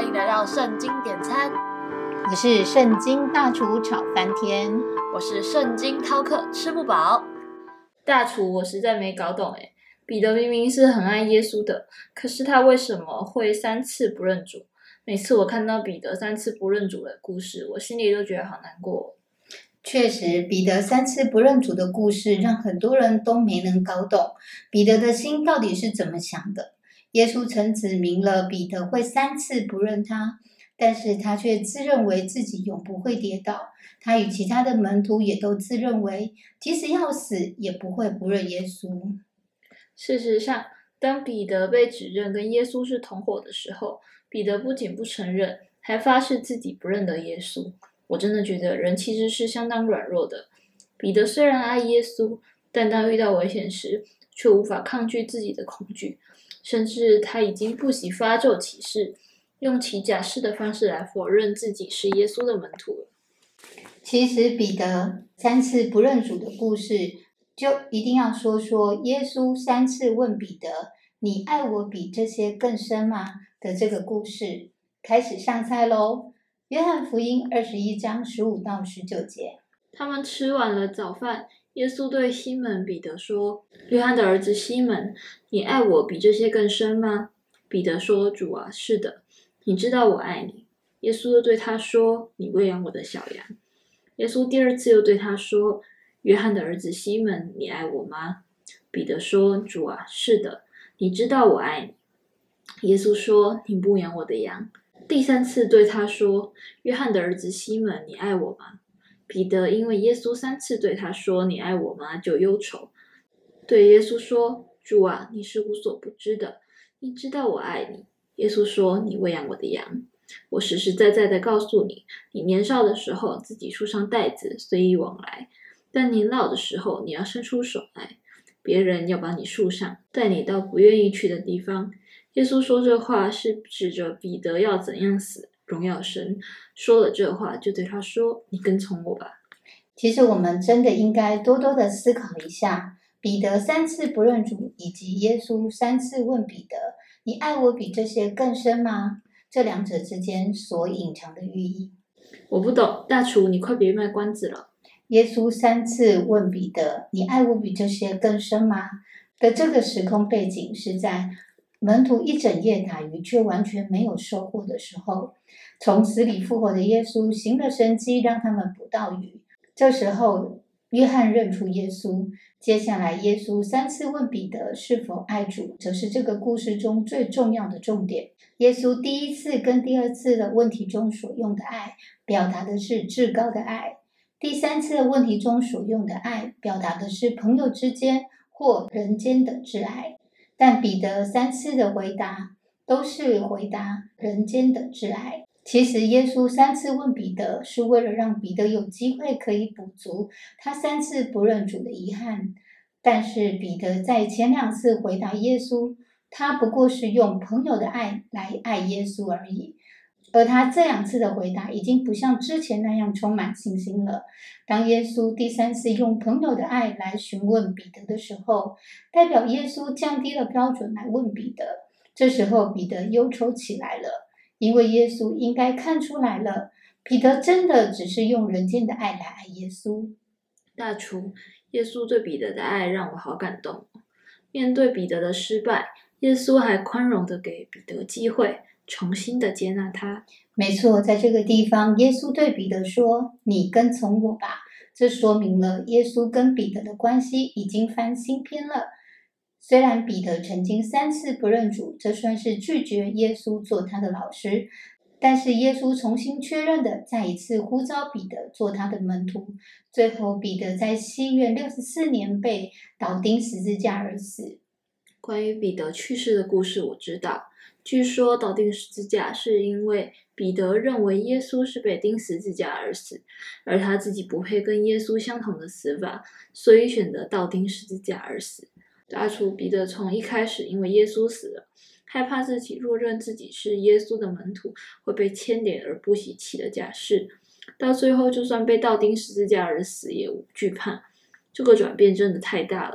欢迎来到圣经点餐， 我是圣经大厨炒翻天， 我是圣经饕客吃不饱。 大厨，我实在没搞懂彼得明明是很爱耶稣的，可是他为什么会3次不认主？每次我看到彼得3次不认主的故事，我心里都觉得好难过。 确实，彼得3次不认主的故事让很多人都没能搞懂彼得的心到底是怎么想的。耶稣曾指明了彼得会3次不认他，但是他却自认为自己永不会跌倒。他与其他的门徒也都自认为即使要死也不会不认耶稣。 事实上，当彼得被指认跟耶稣是同伙的时候，彼得不仅不承认，还发誓自己不认得耶稣。我真的觉得人其实是相当软弱的。彼得虽然爱耶稣，但当遇到危险时，却无法抗拒自己的恐惧，甚至他已经不惜发咒起誓，用其假释的方式来否认自己是耶稣的门徒了。 其实彼得3次不认主的故事，就一定要说说耶稣3次问彼得，你爱我比这些更深吗？的这个故事。开始上菜咯。约翰福音21章15到19节。 他们吃完了早饭，耶稣对西门彼得说，约翰的儿子西门，你爱我比这些更深吗？彼得说，主啊，是的，你知道我爱你。耶稣又对他说，你喂养我的小羊。耶稣第2次又对他说，约翰的儿子西门，你爱我吗？彼得说，主啊，是的，你知道我爱你。耶稣说，你牧养我的羊。第3次对他说，约翰的儿子西门，你爱我吗？彼得因为耶稣3次对他说，你爱我吗？就忧愁，对耶稣说，主啊，你是无所不知的，你知道我爱你。耶稣说，你喂养我的羊。我实实在在的告诉你，你年少的时候自己束上带子，随意往来，但年老的时候你要伸出手来，别人要把你束上，带你到不愿意去的地方。耶稣说这话是指着彼得要怎样死，荣耀神。说了这话，就对他说，你跟从我吧。 其实我们真的应该多多的思考一下，彼得3次不认主，以及耶稣3次问彼得，你爱我比这些更深吗？这两者之间所隐藏的寓意。 我不懂，大厨，你快别卖关子了。 耶稣3次问彼得，你爱我比这些更深吗？的这个时空背景是在门徒一整夜打鱼却完全没有收获的时候，从死里复活的耶稣行了神迹，让他们捕到鱼。这时候约翰认出耶稣，接下来耶稣3次问彼得是否爱主，则是这个故事中最重要的重点。耶稣第1次跟第2次的问题中所用的爱，表达的是至高的爱；第3次的问题中所用的爱，表达的是朋友之间或人间的挚爱。但彼得3次的回答都是回答人间的挚爱。其实耶稣3次问彼得，是为了让彼得有机会可以补足他3次不认主的遗憾。但是彼得在前2次回答耶稣，他不过是用朋友的爱来爱耶稣而已。而他这2次的回答已经不像之前那样充满信心了。当耶稣第3次用朋友的爱来询问彼得的时候，代表耶稣降低了标准来问彼得。这时候彼得忧愁起来了，因为耶稣应该看出来了，彼得真的只是用人间的爱来爱耶稣。 大厨，耶稣对彼得的爱让我好感动。面对彼得的失败，耶稣还宽容地给彼得机会，重新的接纳他。 没错，在这个地方，耶稣对彼得说，你跟从我吧。这说明了耶稣跟彼得的关系已经翻新篇了。虽然彼得曾经3次不认主，这算是拒绝耶稣做他的老师，但是耶稣重新确认的再一次呼召彼得做他的门徒。最后彼得在西元64年被倒钉十字架而死。 关于彼得去世的故事我知道，据说倒钉十字架是因为彼得认为耶稣是被钉十字架而死，而他自己不配跟耶稣相同的死法，所以选择倒钉十字架而死。大厨，彼得从一开始因为耶稣死了，害怕自己若认自己是耶稣的门徒会被牵连而不惜起了假誓，到最后就算被倒钉十字架而死也无惧怕。这个转变真的太大了。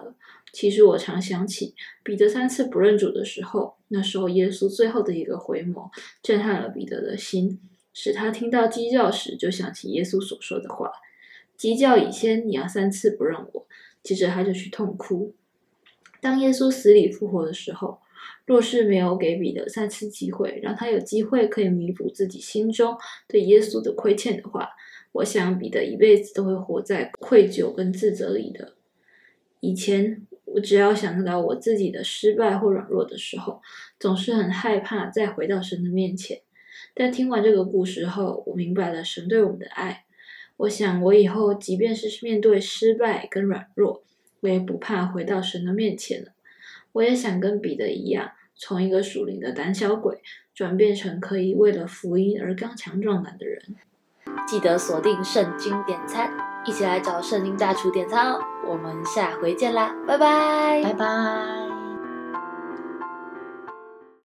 其实我常想起彼得3次不认主的时候，那时候耶稣最后的一个回眸，震撼了彼得的心，使他听到鸡叫时就想起耶稣所说的话：鸡叫以先，你要3次不认我。接着他就去痛哭。当耶稣死里复活的时候，若是没有给彼得3次机会，让他有机会可以弥补自己心中对耶稣的亏欠的话，我想彼得一辈子都会活在愧疚跟自责里的。以前我只要想到我自己的失败或软弱的时候，总是很害怕再回到神的面前。但听完这个故事后，我明白了神对我们的爱。我想我以后即便是面对失败跟软弱，我也不怕回到神的面前了。我也想跟彼得一样，从一个属灵的胆小鬼，转变成可以为了福音而刚强壮胆的人。 记得锁定圣经点餐，一起来找圣经大厨点餐哦。我们下回见啦，拜拜， 拜拜。